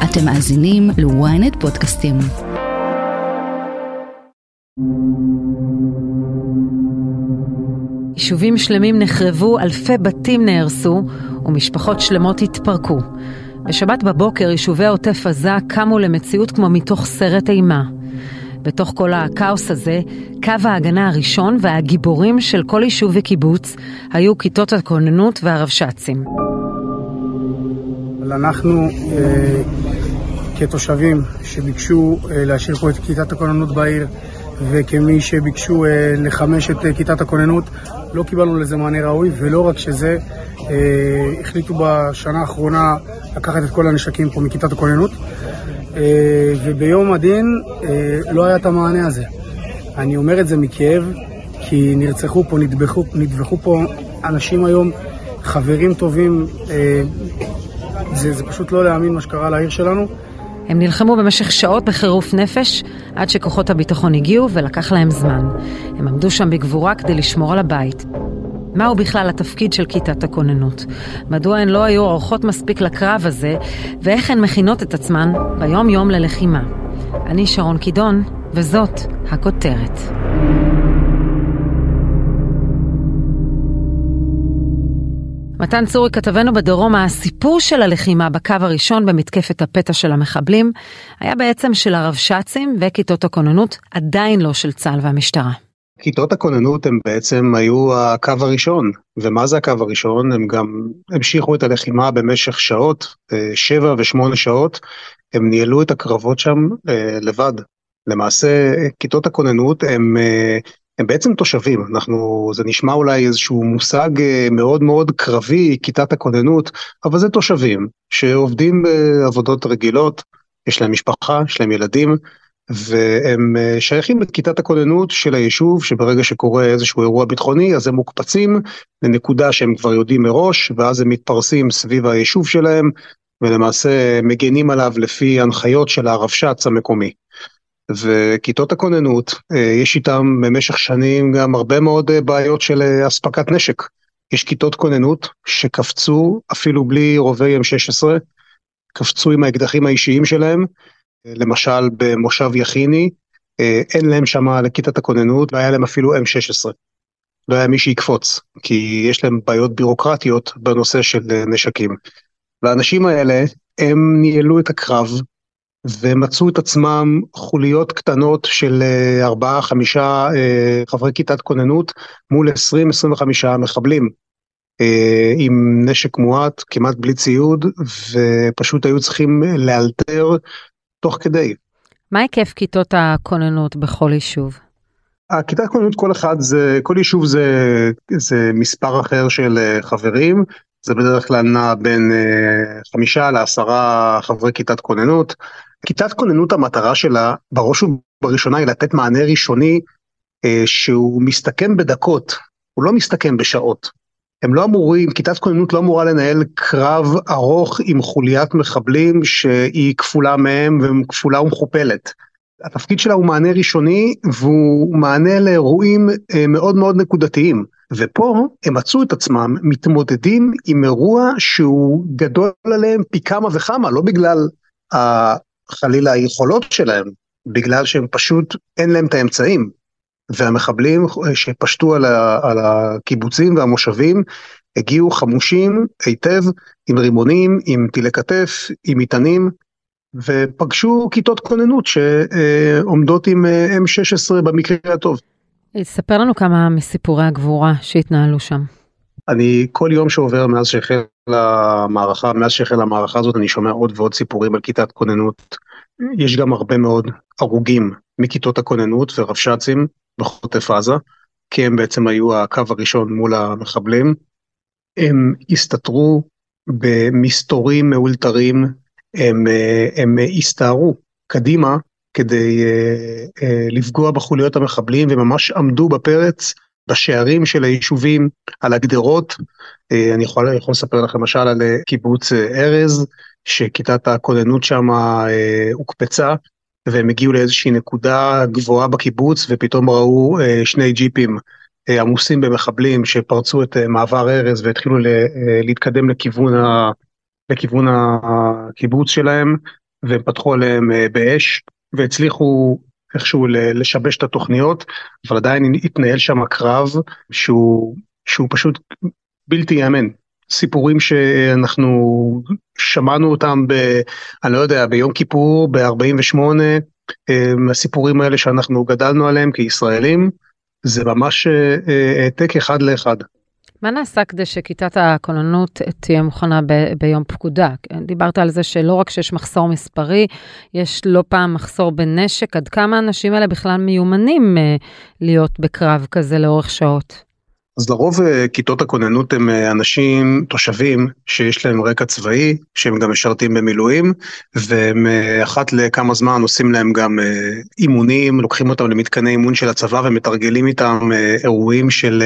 אתם מאזינים ל-ynet פודקאסטים. יישובים שלמים נחרבו, אלפי בתים נהרסו ומשפחות שלמות התפרקו. בשבת בבוקר יישובי עוטף עזה קמו למציאות כמו מתוך סרט אימה. בתוך כל הכאוס הזה, קו ההגנה הראשון והגיבורים של כל יישוב וקיבוץ היו כיתות הכוננות והרבש"צים. אנחנו כתושבים שביקשו להשאיר פה את כיתת הכוננות בעיר, וכמי שביקשו לחמש את כיתת הכוננות, לא קיבלנו לזה מענה ראוי, ולא רק שזה, החליטו בשנה האחרונה לקחת את כל הנשקים פה מכיתת הכוננות, וביום הדין לא היה את המענה הזה. אני אומר את זה מכאב, כי נרצחו פה, נדבחו פה אנשים היום, חברים טובים, זה פשוט לא להאמין מה שקרה לעיר שלנו. הם נלחמו במשך שעות בחירוף נפש, עד שכוחות הביטחון הגיעו ולקח להם זמן. הם עמדו שם בגבורה כדי לשמור על הבית. מהו בכלל התפקיד של כיתת הכוננות? מדוע הן לא היו עורכות מספיק לקרב הזה, ואיך הן מכינות את עצמן ביום יום ללחימה? אני שרון קידון, וזאת הכותרת. מתן צורי כתבנו בדרום, הסיפור של הלחימה בקו הראשון במתקפת הפתע של המחבלים היה בעצם של הרבש"צים וכיתות הכוננות, עדיין לא של צה"ל והמשטרה. כיתות הכוננות הם בעצם היו הקו הראשון, ומה זה הקו הראשון? הם גם המשיכו את הלחימה במשך שעות, 7 ו8 שעות, הם ניהלו את הקרבות שם לבד. למעשה כיתות הכוננות הם בעצם תושבים, זה נשמע אולי איזשהו מושג מאוד מאוד קרבי, כיתת הכוננות, אבל זה תושבים שעובדים בעבודות רגילות, יש להם משפחה, יש להם ילדים, והם שייכים לכיתת הכוננות של היישוב, שברגע שקורה איזשהו אירוע ביטחוני, אז הם מוקפצים לנקודה שהם כבר יודעים מראש, ואז הם מתפרסים סביב היישוב שלהם, ולמעשה מגנים עליו לפי הנחיות של הרבש"ץ המקומי. וכיתות הכוננות, יש איתם במשך שנים גם הרבה מאוד בעיות של אספקת נשק. יש כיתות כוננות שקפצו אפילו בלי רובי M16, קפצו עם האקדחים האישיים שלהם, למשל במושב יחיני, אין להם שם לכיתת הכוננות, לא היה להם אפילו M16. לא היה מי שיקפוץ, כי יש להם בעיות בירוקרטיות בנושא של נשקים. והאנשים האלה, הם ניהלו את הקרב, ומצאו את עצמם חוליות קטנות של 4-5 חברי כיתת כוננות, מול 20-25 מחבלים, עם נשק מועט, כמעט בלי ציוד, ופשוט היו צריכים לאלתר תוך כדי. מה היקף כיתות הכוננות בכל יישוב? הכיתת כוננות כל יישוב זה מספר אחר של חברים, זה בדרך כלל נע בין 5-10 חברי כיתת כוננות. כיתת כוננות המטרה שלה בראש ובראשונה היא לתת מענה ראשוני שהוא מסתכם בדקות, הוא לא מסתכם בשעות. כיתת כוננות לא אמורה לנהל קרב ארוך עם חוליית מחבלים שהיא כפולה מהם וכפולה ומכופלת. התפקיד שלה הוא מענה ראשוני והוא מענה לאירועים מאוד מאוד נקודתיים. ופה הם מצאו את עצמם מתמודדים עם אירוע שהוא גדול עליהם פי כמה וכמה, לא בגלל חלילה היכולות שלהם, בגלל שהם פשוט אין להם את האמצעים. והמחבלים שפשטו על הקיבוצים והמושבים, הגיעו חמושים היטב, עם רימונים, עם טילי כתף, עם מטענים, ופגשו כיתות כוננות שעומדות עם M16 במקרה הטוב. ספר לנו כמה מסיפורי הגבורה שהתנהלו שם. אני כל יום שעובר מאז שהחלה המערכה הזאת, אני שומע עוד ועוד סיפורים על כיתת כוננות. יש גם הרבה מאוד הרוגים מכיתות הכוננות ורבש"צים בעוטף עזה, כי הם בעצם היו הקו הראשון מול המחבלים. הם הסתתרו במסתורים מאולתרים, הם הסתערו קדימה כדי לפגוע בחוליות המחבלים, וממש עמדו בפרץ, בשערים של היישובים, על הגדרות. אני יכול לספר לכם למשל על קיבוץ ארז, שכיתת הכוננות שם הוקפצה, והם הגיעו לאיזושהי נקודה גבוהה בקיבוץ, ופתאום ראו 2 ג'יפים עמוסים במחבלים, שפרצו את מעבר ארז, והתחילו להתקדם לכיוון הקיבוץ שלהם, והם פתחו עליהם באש, והצליחו איכשהו לשבש את התוכניות, אבל עדיין התנהל שם קרב שהוא פשוט בלתי יאמן. סיפורים שאנחנו שמענו אותם אני לא יודע, ביום כיפור, ב-48, הסיפורים האלה שאנחנו גדלנו עליהם כישראלים, זה ממש העתק אחד לאחד. מה נעשה כדי שכיתת הכוננות תהיה מוכנה ביום פקודה? דיברת על זה שלא רק שיש מחסור מספרי, יש לא פעם מחסור בנשק, עד כמה אנשים האלה בכלל מיומנים להיות בקרב כזה לאורך שעות? אז לרוב כיתות הכוננות הם אנשים, תושבים, שיש להם רקע צבאי, שהם גם משרתים במילואים, והם אחת לכמה זמן עושים להם גם אימונים, לוקחים אותם למתקני אימון של הצבא, ומתרגלים איתם אירועים של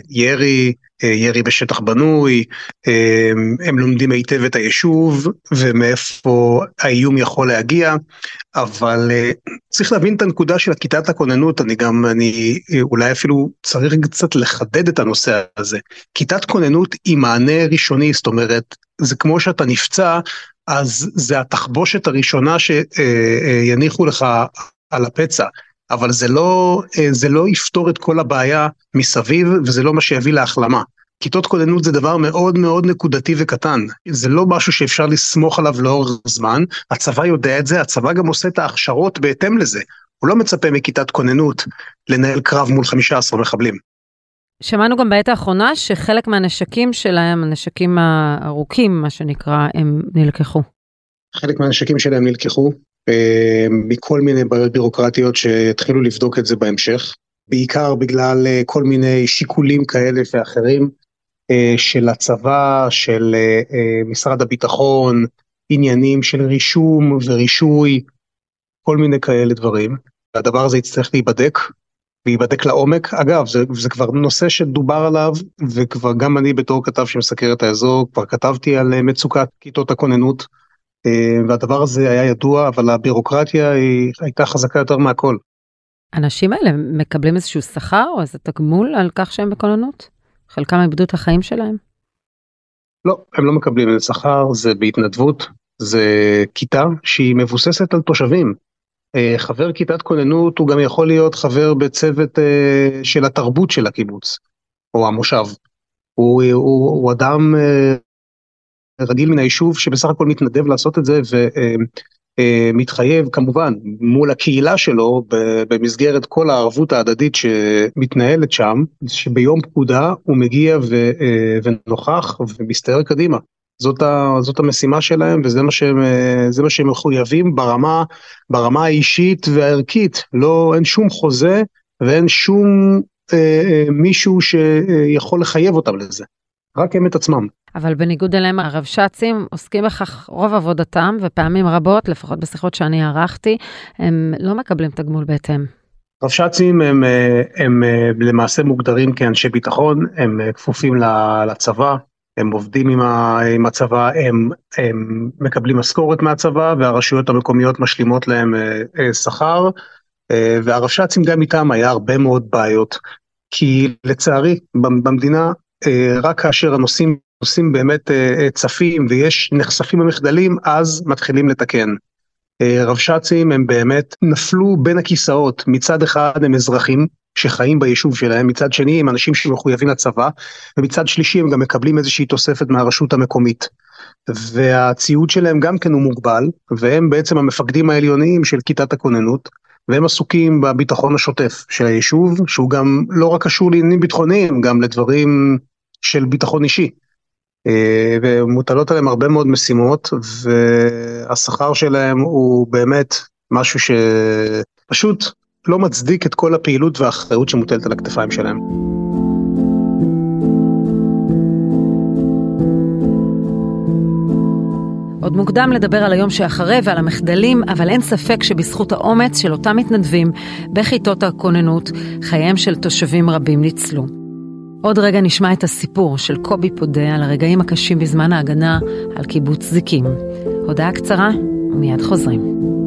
ירי בשטח בנוי, הם לומדים היטב את היישוב, ומאיפה האיום יכול להגיע, אבל צריך להבין את הנקודה של כיתת הכוננות, אני אולי אפילו צריך קצת לחדד את הנושא הזה. כיתת כוננות היא מענה ראשוני, זאת אומרת, זה כמו שאתה נפצע, אז זה התחבושת הראשונה שיניחו לך על הפצע, אבל זה לא יפתור את כל הבעיה מסביב, וזה לא מה שיביא להחלמה. כיתות כוננות זה דבר מאוד מאוד נקודתי וקטן, זה לא משהו שאפשר לסמוך עליו לאורך זמן, הצבא יודע את זה, הצבא גם עושה את ההכשרות בהתאם לזה, הוא לא מצפה מכיתת כוננות לנהל קרב מול 15 מחבלים. שמענו גם בעת האחרונה שחלק מהנשקים שלהם, הנשקים הארוכים, מה שנקרא, הם נלקחו. חלק מהנשקים שלהם נלקחו, מכל מיני בעיות בירוקרטיות שהתחילו לבדוק את זה בהמשך, בעיקר בגלל כל מיני שיקולים כאלה ואחרים, של הצבא, של משרד הביטחון, עניינים של רישום ורישוי, כל מיני כאלה דברים. והדבר הזה יצטרך להיבדק, וייבדק לעומק. אגב, זה כבר נושא שדובר עליו, וכבר גם אני בתור כתב שמסקר את האזור, כבר כתבתי על מצוקת כיתות הכוננות, והדבר הזה היה ידוע, אבל הבירוקרטיה הייתה חזקה יותר מהכל. אנשים האלה מקבלים איזשהו שכר או איזה תגמול על כך שהם בכוננות? חלקם איבדו את החיים שלהם? לא, הם לא מקבלים איזה שכר, זה בהתנדבות, זה כיתה שהיא מבוססת על תושבים. חבר כיתת כוננות הוא גם יכול להיות חבר בצוות של התרבות של הקיבוץ, או המושב. הוא אדם רגיל מן היישוב שבסך הכל מתנדב לעשות את זה, ומתחייב כמובן מול הקהילה שלו, במסגרת כל הערבות ההדדית שמתנהלת שם, שביום פקודה הוא מגיע ונוכח ומסתער קדימה. זאת המשימה שלהם, וזה מה שהם מחויבים ברמה האישית והערכית. אין שום חוזה ואין שום מישהו שיכול לחייב אותם לזה. רק הם את עצמם. אבל בניגוד אליהם, הרבש"צים עוסקים בכך רוב עבודתם, ופעמים רבות, לפחות בשיחות שאני ערכתי, הם לא מקבלים תגמול בהתאם. רבש"צים הם למעשה מוגדרים כאנשי ביטחון, הם כפופים לצבא, הם עובדים עם הצבא, הם מקבלים משכורת מהצבא, והרשויות המקומיות משלימות להם שכר, והרבש"צים גם איתם היה הרבה מאוד בעיות, כי לצערי במדינה, רק כאשר הנושאים באמת צפים ויש נחשפים המחדלים, אז מתחילים לתקן. רבש"צים הם באמת נפלו בין הכיסאות, מצד אחד הם אזרחים שחיים ביישוב שלהם, מצד שני הם אנשים שמחויבים לצבא, ומצד שלישי הם גם מקבלים איזושהי תוספת מהרשות המקומית. והציוד שלהם גם כן הוא מוגבל, והם בעצם המפקדים העליוניים של כיתת הכוננות, והם עסוקים בביטחון השוטף של היישוב, שהוא גם לא רק קשור לעניינים ביטחוניים, גם לדברים של ביטחון אישי. ומוטלות עליהם הרבה מאוד משימות, והשכר שלהם הוא באמת משהו שפשוט לא מצדיק את כל הפעילות והאחריות שמוטלת על הכתפיים שלהם. עוד מוקדם לדבר על היום שאחרי ועל המחדלים, אבל אין ספק שבזכות האומץ של אותם מתנדבים בכיתות הכוננות, חייהם של תושבים רבים ניצלו. עוד רגע נשמע את הסיפור של קובי פודה על הרגעים הקשים בזמן ההגנה על קיבוץ זיקים. הודעה קצרה ומיד חוזרים.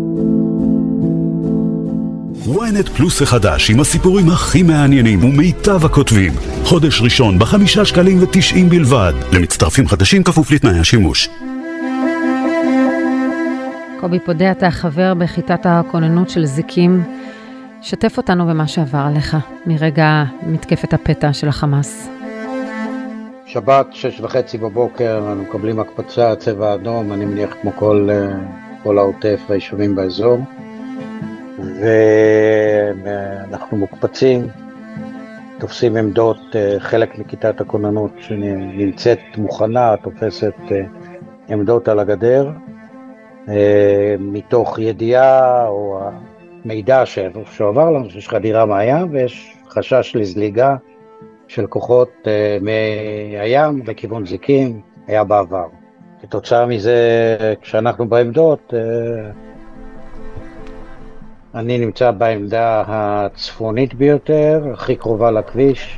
ynet פלוס החדש עם הסיפורים הכי מעניינים ומיטב הכותבים. חודש ראשון ב5.90 שקלים בלבד. למצטרפים חדשים כפוף לתנאי השימוש. קובי פודה, אתה חבר בכיתת הכוננות של זיקים. שתף אותנו במה שעבר עליך מרגע מתקפת הפתע של החמאס. שבת 6:30 בבוקר, אנחנו מקבלים הקפצה, צבע אדום, אני מניח כמו כל העוטף והיישובים באזור. ואנחנו מוקפצים, תופסים עמדות, חלק מכיתת הכוננות שנמצאת מוכנה, תופסת עמדות על הגדר, מתוך ידיעה או מידע שעבר לנו שיש חדירה מהים, ויש חשש לזליגה של כוחות מהים לכיוון זיקים, היה בעבר. כתוצאה מזה, כשאנחנו בעמדות, אני נמצא בעמדה הצפונית ביותר, הכי קרובה לכביש,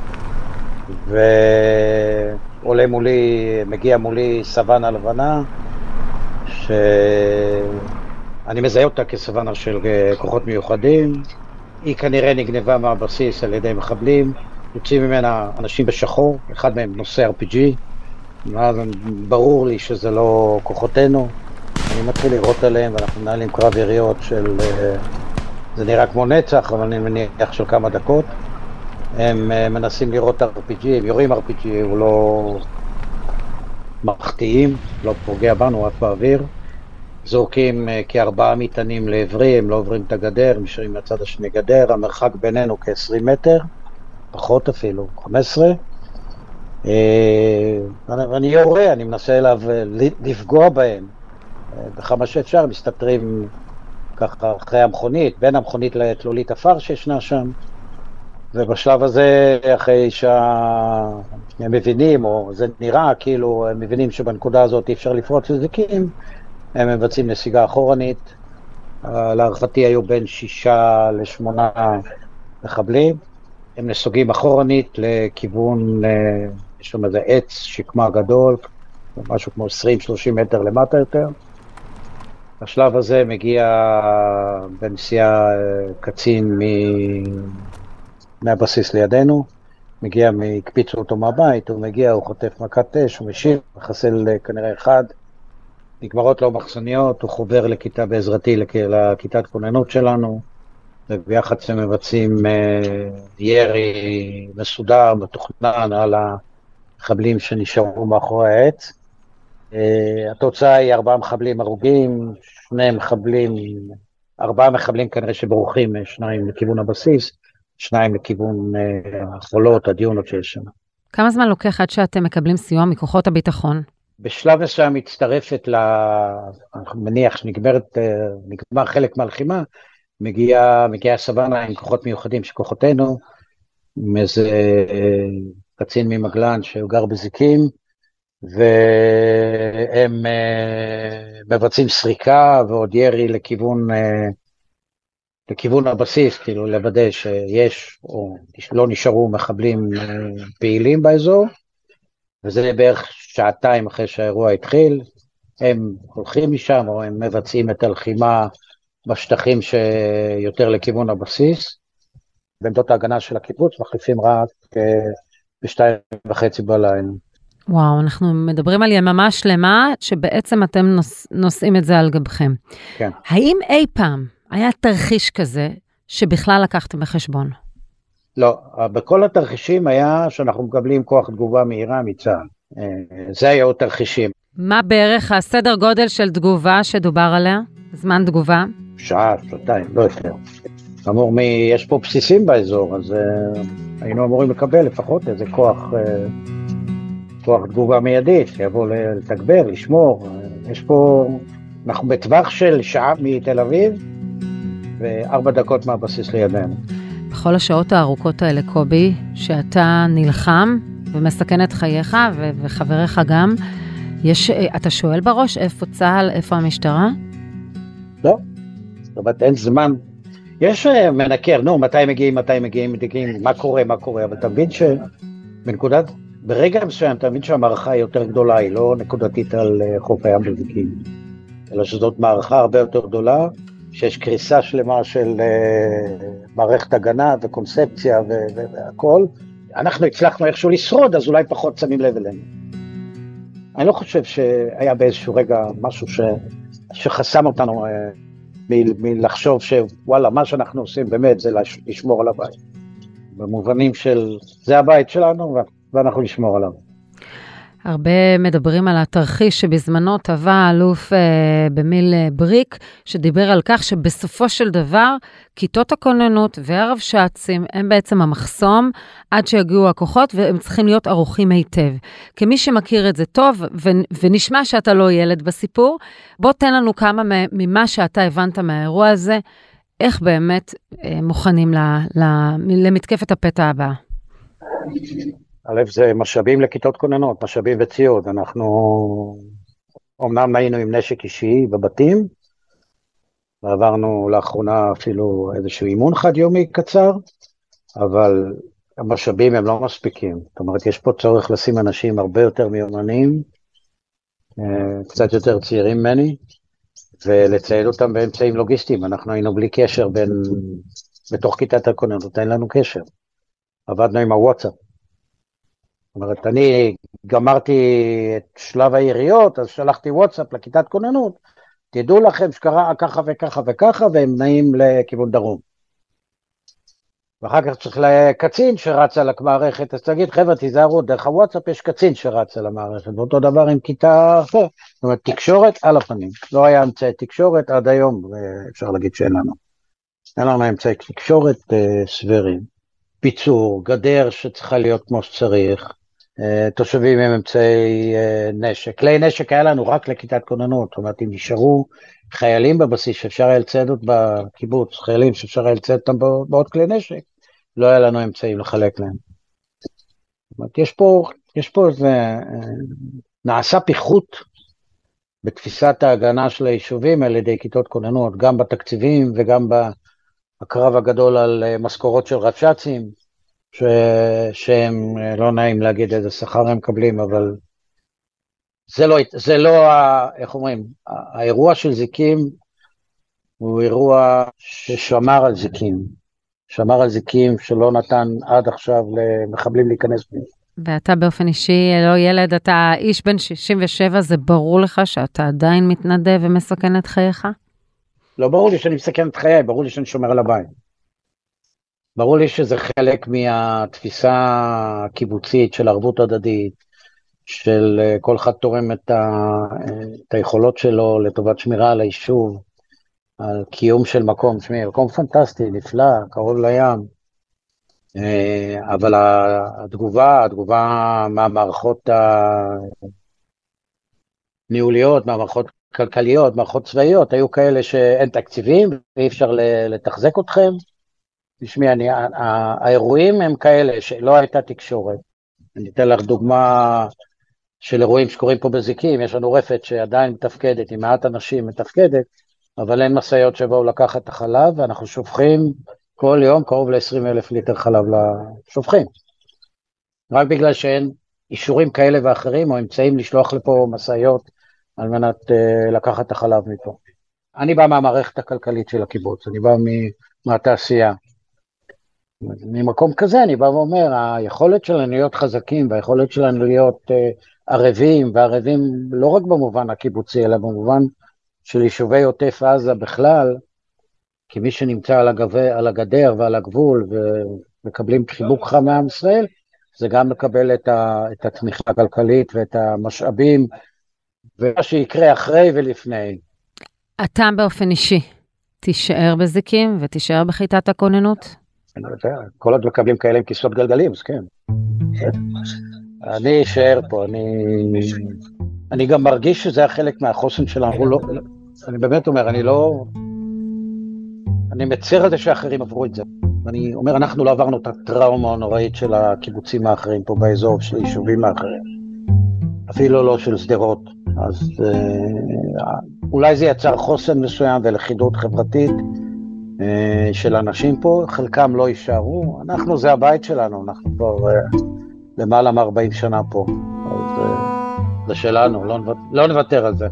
ועולה מולי, מגיע מולי סוואנה לבנה, שאני מזהה אותה כסוואנה של כוחות מיוחדים. היא כנראה נגנבה מהבסיס על ידי מחבלים, יוצאים ממנה אנשים בשחור, אחד מהם נושא RPG, ואז ברור לי שזה לא כוחותינו. אני מתחיל לראות עליהם ואנחנו מנהלים קרב יריות של, זה נראה כמו נצח, אבל אני מניח של כמה דקות. הם מנסים לראות RPG, הם יורים RPG, הוא לא מחטיאים, לא פוגע בנו, רק באוויר. זורקים כ4 מטענים לעברי, הם לא עוברים את הגדר, הם נשארים מהצד השני גדר, המרחק בינינו כ20 מטר, פחות אפילו, 15. ואני יורה, אני מנסה אליו לפגוע בהם. בכמה שאפשר, מסתתרים ככה אחרי המכונית, בין המכונית לתלולית אפר שישנה שם. ובשלב הזה, אחרי שהם מבינים, או זה נראה כאילו הם מבינים שבנקודה הזאת אי אפשר לפרוץ לזיקים, הם מבצעים נסיגה אחורנית. להערכתי היו בין 6 ל8 מחבלים. הם נסוגים אחורנית לכיוון, יש שם איזה עץ, שקמה גדול, משהו כמו 20-30 מטר למטה יותר. בשלב הזה מגיע בנסיעה קצין מהבסיס לידינו, הקפיצו אותו מהבית, הוא מגיע, הוא חוטף מכת אש, הוא משיב, מחסל כנראה אחד, נגמרות לו מחסניות, הוא חובר לכיתה בעזרתי לכיתת כוננות שלנו, וביחד הם מבצעים ירי מסודר, מתוכנן על המחבלים שנשארו מאחורי העץ. התוצאה היא 4 מחבלים הרוגים, 4 מחבלים כנראה שבורחים, 2 לכיוון הבסיס, 2 לכיוון החולות, הדיונות שיש שם. כמה זמן לוקח עד שאתם מקבלים סיוע מכוחות הביטחון? בשלב מסוים מצטרפת אני מניח שנגמר חלק מהלחימה, מגיע סוואנה עם כוחות מיוחדים של כוחותינו, איזה קצין ממגלן שהוא גר בזיקים, והם מבצעים סריקה ועוד ירי לכיוון הבסיס, כאילו לוודא שיש או לא נשארו מחבלים פעילים באזור, וזה בערך 2 אחרי שהאירוע התחיל, הם הולכים משם או הם מבצעים את הלחימה בשטחים שיותר לכיוון הבסיס, בעמדות ההגנה של הקיבוץ מחליפים רק ב2:30 בלילה. וואו, אנחנו מדברים על יממה שלמה שבעצם אתם נושאים את זה על גבכם. כן. האם אי פעם היה תרחיש כזה שבכלל לקחתם בחשבון? לא, בכל התרחישים היה שאנחנו מקבלים כוח תגובה מהירה מצה"ל. זה היו תרחישים. מה בערך הסדר גודל של תגובה שדובר עליה? זמן תגובה? שעה, 2, לא יותר. אמור, יש פה בסיסים באזור, אז היינו אמורים לקבל לפחות איזה כוח תגובה מיידית, שיבוא לתגבר, לשמור. יש פה, אנחנו בטווח של שעה מתל אביב, ו4 דקות מהבסיס לידינו. בכל השעות הארוכות האלה, קובי, שאתה נלחם ומסכן את חייך וחבריך גם, אתה שואל בראש איפה צה"ל, איפה המשטרה? לא, זאת אומרת, אין זמן. יש מנקר, מתי מגיעים, מה קורה, אבל תבין ברגע מסוים, תבין שהמערכה היא יותר גדולה, היא לא נקודתית על חוף הים בזיקים, אלא שזאת מערכה הרבה יותר גדולה, שיש קריסה שלמה של מערכת הגנה וקונספציה והכל. אנחנו הצלחנו איכשהו לשרוד, אז אולי פחות שמים לב אלינו. אני לא חושב שהיה באיזשהו רגע משהו שחסם אותנו מלחשוב שוואלה, מה שאנחנו עושים באמת זה לשמור על הבית. במובנים של זה הבית שלנו ואנחנו נשמור עליו. הרבה מדברים על התרחיש שבזמנו טבע האלוף במיל בריק, שדיבר על כך שבסופו של דבר, כיתות הכוננות והרבש"צים הם בעצם המחסום עד שיגיעו הכוחות, והם צריכים להיות ערוכים היטב. כמי שמכיר את זה טוב, ונשמע שאתה לא ילד בסיפור, בוא תן לנו כמה ממה שאתה הבנת מהאירוע הזה, איך באמת מוכנים למתקפת הפתע הבאה. א', זה משאבים לכיתות כוננות, משאבים וציוד. אנחנו אומנם היינו עם נשק אישי בבתים, ועברנו לאחרונה אפילו איזשהו אימון חד יומי קצר, אבל המשאבים הם לא מספיקים. זאת אומרת, יש פה צורך לשים אנשים הרבה יותר מיומנים, קצת יותר צעירים ממני, ולצייד אותם באמצעים לוגיסטיים. אנחנו היינו בלי קשר בתוך כיתת הכוננות, אין לנו קשר. עבדנו עם הוואטסאפ. זאת אומרת, אני גמרתי את שלב היריות, אז שלחתי וואטסאפ לכיתת כוננות, תדעו לכם שקרה ככה וככה וככה, והם נעים לכיוון דרום. ואחר כך צריך לקצין שרץ על המערכת, אז תגיד, חבר'ה, תיזהרו, דרך הוואטסאפ יש קצין שרץ על המערכת, ואותו דבר עם כיתה אחרת. זאת אומרת, תקשורת על הפנים. לא היה אמצעי תקשורת עד היום, אפשר להגיד שאין לנו. אין לנו אמצעי תקשורת סבירים. פיצור, גדר שצריכה להיות כמו שצריך, תושבים עם אמצעי נשק. כלי נשק היה לנו רק לכיתת כוננות, זאת אומרת, אם נשארו חיילים בבסיס שאפשר היה לצייד בקיבוץ, חיילים שאפשר היה לצייד אותם בעוד כלי נשק, לא היה לנו אמצעים לחלק להם. זאת אומרת, יש פה איזה, נעשה פיחות בתפיסת ההגנה של היישובים על ידי כיתות כוננות, גם בתקציבים וגם בקרב הגדול על משכורות של רבש"צים, שהם לא נעים להגיד איזה שכר הם מקבלים, אבל זה לא, איך אומרים, האירוע של זיקים הוא אירוע ששמר על זיקים, שמר על זיקים שלא נתן עד עכשיו למחבלים להיכנס בהם. ואתה באופן אישי לא ילד, אתה איש בן 67, זה ברור לך שאתה עדיין מתנדב ומסכן את חייך? לא ברור לי שאני מסכן את חיי, ברור לי שאני שומר על הבית. ברור לי שזה חלק מהתפיסה הקיבוצית של ערבות הדדית, של כל אחד תורם את היכולות שלו לטובת שמירה על היישוב, על קיום של מקום, מקום פנטסטי, נפלא, קרוב לים, אבל התגובה מהמערכות הניהוליות, מהמערכות כלכליות, מערכות צבאיות, היו כאלה שאין תקציבים, ואי אפשר לתחזק אתכם. תשמעי, האירועים הם כאלה שלא הייתה תקשורת. אני אתן לך דוגמה של אירועים שקורים פה בזיקים, יש לנו רפת שעדיין מתפקדת, עם מעט אנשים מתפקדת, אבל אין מסעיות שבאו לקחת את החלב, ואנחנו שופכים כל יום קרוב ל-20,000 ליטר חלב לשופכים. רק בגלל שאין אישורים כאלה ואחרים, או אמצעים לשלוח לפה מסעיות, על מנת לקחת את החלב מפה. אני בא מהמערכת הכלכלית של הקיבוץ, אני בא מהתעשייה. ממקום כזה אני בא ואומר, היכולת שלנו להיות חזקים, והיכולת שלנו להיות ערבים, וערבים לא רק במובן הקיבוצי, אלא במובן של יישובי עוטף עזה בכלל, כי מי שנמצא על הגדר ועל הגבול, ומקבלים חיבוק חם מעם ישראל, זה גם לקבל את התמיכה הכלכלית ואת המשאבים, ומה שיקרה אחרי ולפני. אתה באופן אישי, תישאר בזיקים ותישאר בכיתת הכוננות? אני לא יודע, כל עוד מקבלים כאלה עם כיסאות גלגלים, אז כן. אני אשאר פה, אני גם מרגיש שזה החלק מהחוסן שלנו, אני באמת אומר, אני מצר על זה שאחרים עברו את זה. ואני אומר, אנחנו לא עברנו את הטראומה הנוראית של הקיבוצים האחרים פה באזור, של היישובים האחרים. אפילו לא של שדרות. אז אולי זה יצר חוסן מסוים ולכידות חברתית של אנשים פה, חלקם לא יישארו, זה הבית שלנו, אנחנו כבר למעלה מ-40 שנה פה, אז זה שלנו, לא נוותר על זה.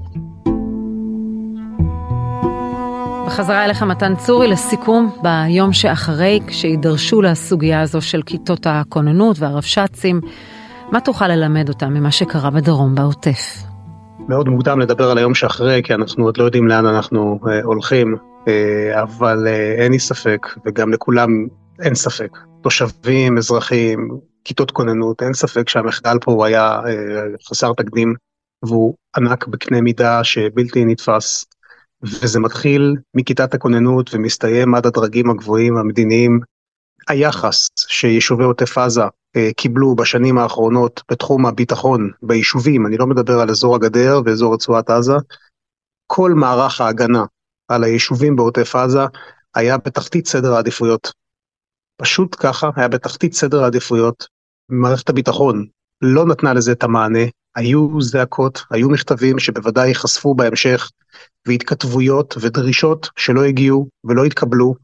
בחזרה אליך מתן צורי לסיכום ביום שאחרי, כשידרשו לסוגיה הזו של כיתות הכוננות והרבש"צים, מה תוכל ללמד אותם ממה שקרה בדרום בעוטף? מאוד מוקדם לדבר על היום שאחרי, כי אנחנו עוד לא יודעים לאן אנחנו הולכים, אבל אין לי ספק, וגם לכולם אין ספק. תושבים, אזרחים, כיתות כוננות, אין ספק שהמחדל פה הוא היה חסר תקדים, והוא ענק בקנה מידה שבלתי נתפס, וזה מתחיל מכיתת הכוננות ומסתיים עד הדרגים הגבוהים המדיניים. היחס שיישובי עוטף עזה קיבלו בשנים האחרונות בתחום הביטחון ביישובים, אני לא מדבר על אזור הגדר ואזור רצועת עזה, כל מערך ההגנה על היישובים בעוטף עזה היה בתחתית סדר העדיפויות. פשוט ככה היה בתחתית סדר העדיפויות. מערכת הביטחון לא נתנה לזה את המענה, היו זעקות, היו מכתבים שבוודאי ייחשפו בהמשך, והתכתבויות ודרישות שלא הגיעו ולא התקבלו,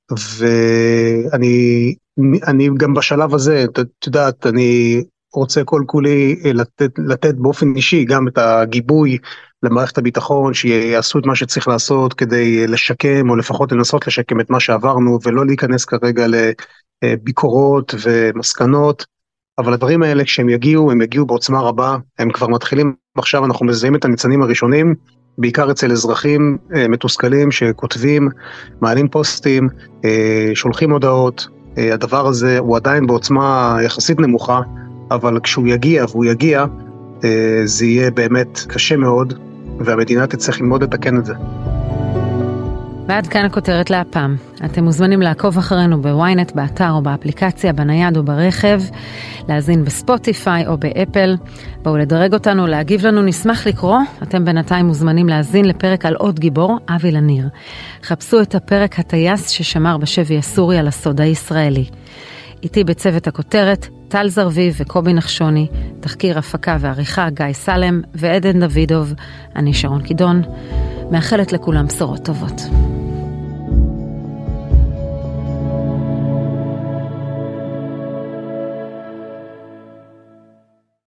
ואני גם בשלב הזה, את יודעת, אני רוצה כל כולי לתת באופן אישי גם את הגיבוי למערכת הביטחון, שיעשו את מה שצריך לעשות כדי לשקם, או לפחות לנסות לשקם את מה שעברנו, ולא להיכנס כרגע לביקורות ומסקנות, אבל הדברים האלה כשהם יגיעו, הם יגיעו בעוצמה רבה, הם כבר מתחילים, עכשיו אנחנו מזהים את הניצנים הראשונים, בעיקר אצל אזרחים מתוסכלים שכותבים, מעלים פוסטים, שולחים הודעות, הדבר הזה הוא עדיין בעוצמה יחסית נמוכה, אבל כשהוא יגיע והוא יגיע, זה יהיה באמת קשה מאוד, והמדינה תצטרך ללמוד לתקן את זה. ועד כאן הכותרת להפעם. אתם מוזמנים לעקוב אחרינו בוויינט, באתר או באפליקציה, בנייד או ברכב, להזין בספוטיפיי או באפל. בואו לדרג אותנו, להגיב לנו, נשמח לקרוא. אתם בינתיים מוזמנים להזין לפרק על עוד גיבור, אבי לניר. חפשו את הפרק הטייס ששמר בשבי הסורי על הסוד הישראלי. איתי בצוות הכותרת, טל זרביב וקובי נחשוני, תחקיר הפקה ועריכה גיא סלם ועדן דוידוב. אני שרון קידון, מאחלת לכולם בשורות טובות.